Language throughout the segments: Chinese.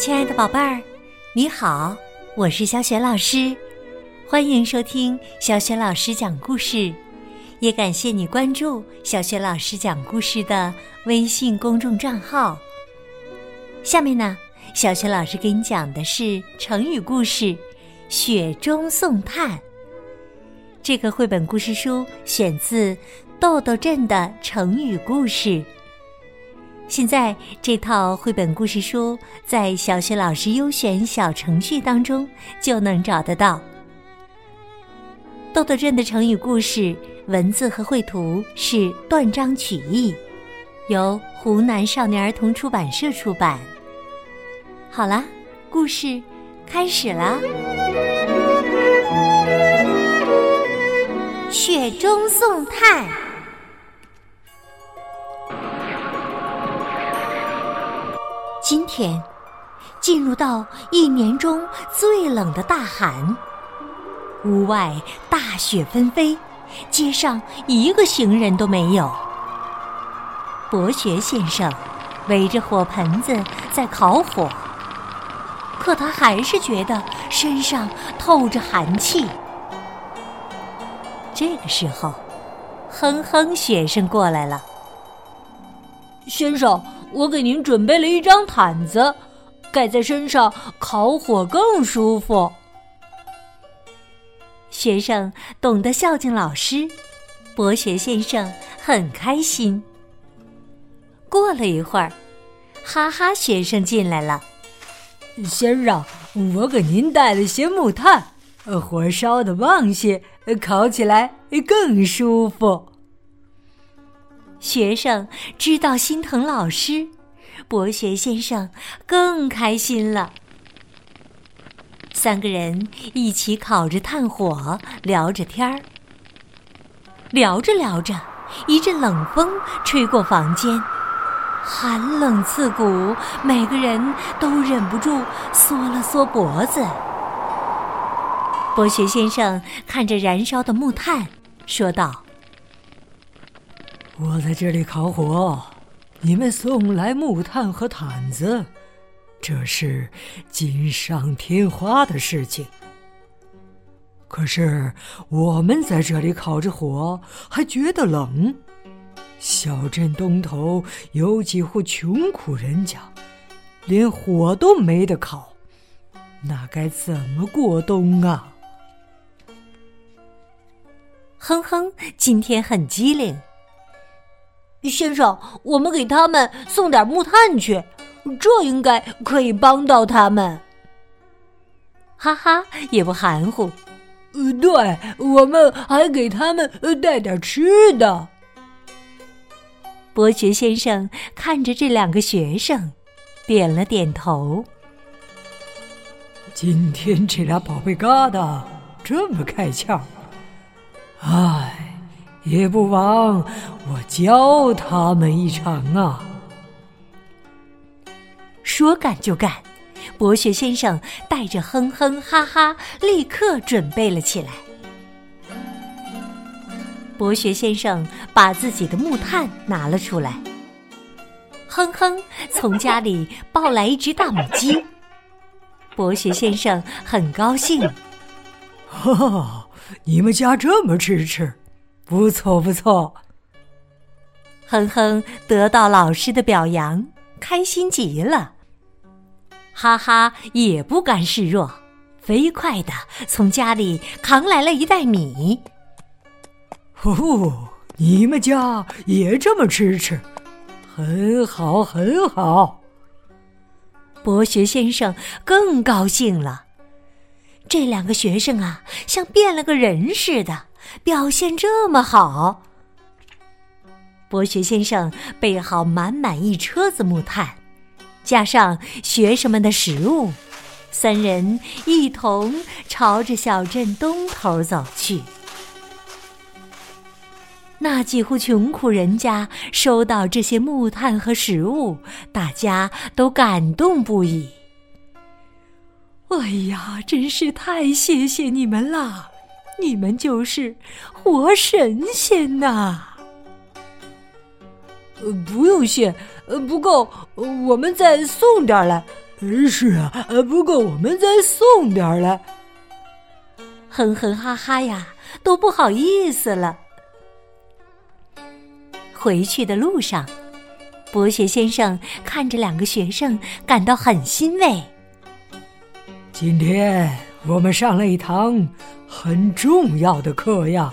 亲爱的宝贝儿，你好，我是小雪老师，欢迎收听小雪老师讲故事，也感谢你关注小雪老师讲故事的微信公众账号。下面呢，小雪老师给你讲的是成语故事《雪中送炭》。这个绘本故事书选自豆豆镇的成语故事。现在这套绘本故事书在小雪老师优选小程序当中就能找得到。豆豆镇的成语故事文字和绘图是断章取义，由湖南少年儿童出版社出版。好了，故事开始了。雪中送炭。今天进入到一年中最冷的大寒，屋外大雪纷飞，街上一个行人都没有。博学先生围着火盆子在烤火，可他还是觉得身上透着寒气。这个时候，哼哼学生过来了。 先生，我给您准备了一张毯子，盖在身上烤火更舒服。 学生懂得孝敬老师，博学先生很开心。过了一会儿，哈哈学生进来了。 先生，我给您带了些木炭，火烧得旺些，烤起来更舒服。 学生知道心疼老师，博学先生更开心了。三个人一起烤着炭火，聊着天儿。聊着聊着，一阵冷风吹过房间，寒冷刺骨，每个人都忍不住缩了缩脖子。博学先生看着燃烧的木炭，说道： 我在这里烤火，你们送来木炭和毯子，这是锦上添花的事情。可是我们在这里烤着火，还觉得冷。小镇东头有几户穷苦人家，连火都没得烤，那该怎么过冬啊？ 哼哼今天很机灵。 先生，我们给他们送点木炭去，这应该可以帮到他们。 哈哈也不含糊。 对，我们还给他们带点吃的。 博学先生看着这两个学生，点了点头。 今天这俩宝贝疙瘩这么开窍，也不枉我教他们一场啊！ 说干就干，博学先生带着哼哼哈哈，立刻准备了起来。博学先生把自己的木炭拿了出来，哼哼从家里抱来一只大母鸡。博学先生很高兴。 你们家这么支持，不错不错。 哼哼得到老师的表扬，开心极了。哈哈也不甘示弱，飞快地从家里扛来了一袋米。 你们家也这么支持，很好很好。 博学先生更高兴了。这两个学生啊，像变了个人似的，表现这么好。博学先生备好满满一车子木炭，加上学生们的食物，三人一同朝着小镇东头走去。那几户穷苦人家收到这些木炭和食物，大家都感动不已。哎呀，真是太谢谢你们了，你们就是活神仙呐！ 不用谢，不够，我们再送点来， 是啊，不过我们再送点来。 哼哼哈哈呀，都不好意思了。回去的路上，博学先生看着2个学生，感到很欣慰。 今天我们上了一堂很重要的课呀。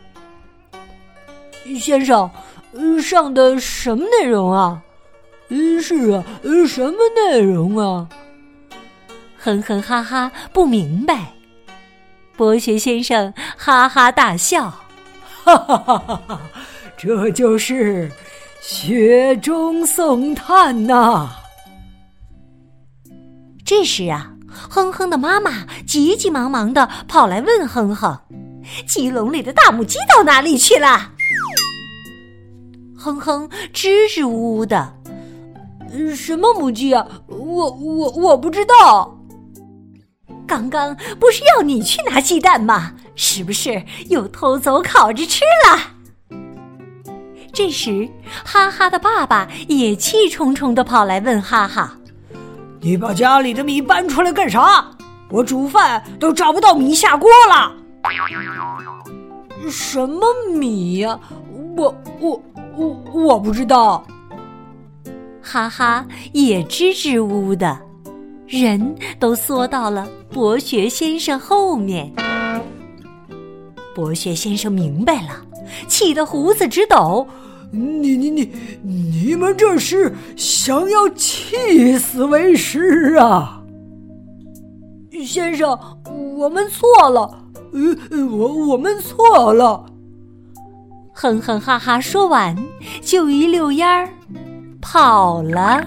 先生，上的什么内容啊？是啊，什么内容啊？ 哼哼哈哈不明白。博学先生哈哈大笑， 哈哈哈哈哈！这就是雪中送炭呐。 这时啊，哼哼的妈妈急急忙忙地跑来问哼哼：“鸡笼里的大母鸡到哪里去了？”哼哼支支吾吾的：“ 什么母鸡啊？我不知道。 刚刚不是要你去拿鸡蛋吗？是不是又偷走烤着吃了？”这时，哈哈的爸爸也气冲冲地跑来问哈哈：“ 你把家里的米搬出来干啥？我煮饭都找不到米下锅了。” 什么米呀？我不知道。 哈哈也支支吾吾的，人都缩到了博学先生后面。博学先生明白了，气得胡子直抖。 你们这是想要起死回生啊！ 先生，我们错了，我们错了。 哼哼哈哈说完，就一溜烟儿跑了。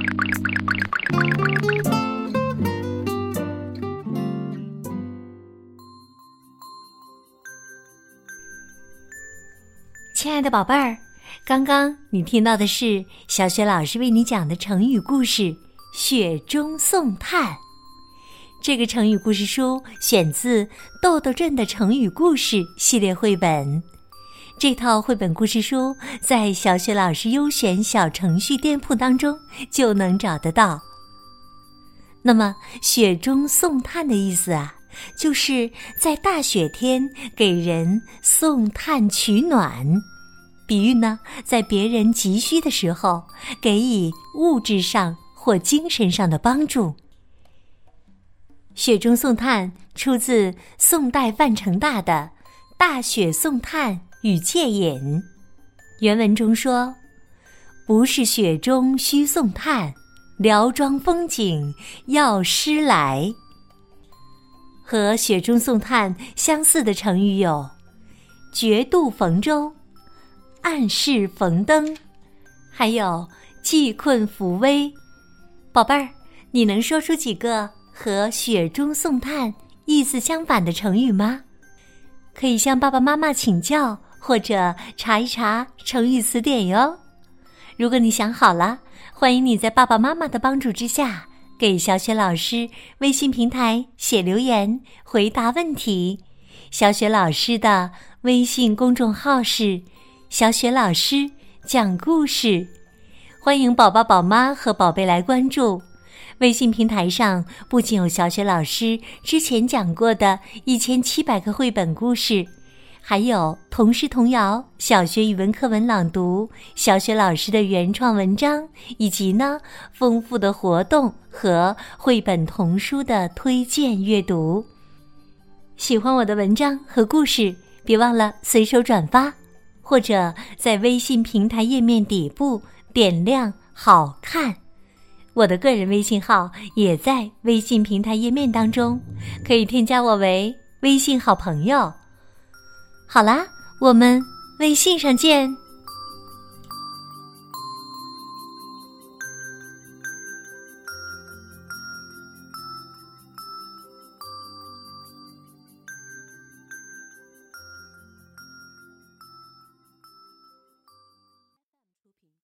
亲爱的宝贝儿，刚刚你听到的是小雪老师为你讲的成语故事《雪中送炭》。这个成语故事书选自豆豆镇的成语故事系列绘本。这套绘本故事书在小雪老师优选小程序店铺当中就能找得到。那么雪中送炭的意思啊，就是在大雪天给人送炭取暖，比喻呢，在别人急需的时候给予物质上或精神上的帮助。雪中送炭出自宋代范成大的《大雪送炭与借饮》，原文中说：“不是雪中须送炭，辽庄风景要诗来。”和雪中送炭相似的成语有绝渡逢舟、暗室逢灯，还有济困扶危。宝贝儿，你能说出几个和雪中送炭意思相反的成语吗？可以向爸爸妈妈请教，或者查一查成语词典哟。如果你想好了，欢迎你在爸爸妈妈的帮助之下，给小雪老师微信平台写留言回答问题。小雪老师的微信公众号是小雪老师讲故事，欢迎宝宝宝妈和宝贝来关注。微信平台上不仅有小雪老师之前讲过的1700个绘本故事，还有童诗童谣、小学语文课文朗读、小雪老师的原创文章，以及呢丰富的活动和绘本童书的推荐阅读。喜欢我的文章和故事，别忘了随手转发，或者在微信平台页面底部点亮好看。我的个人微信号也在微信平台页面当中，可以添加我为微信好朋友。好啦，我们微信上见。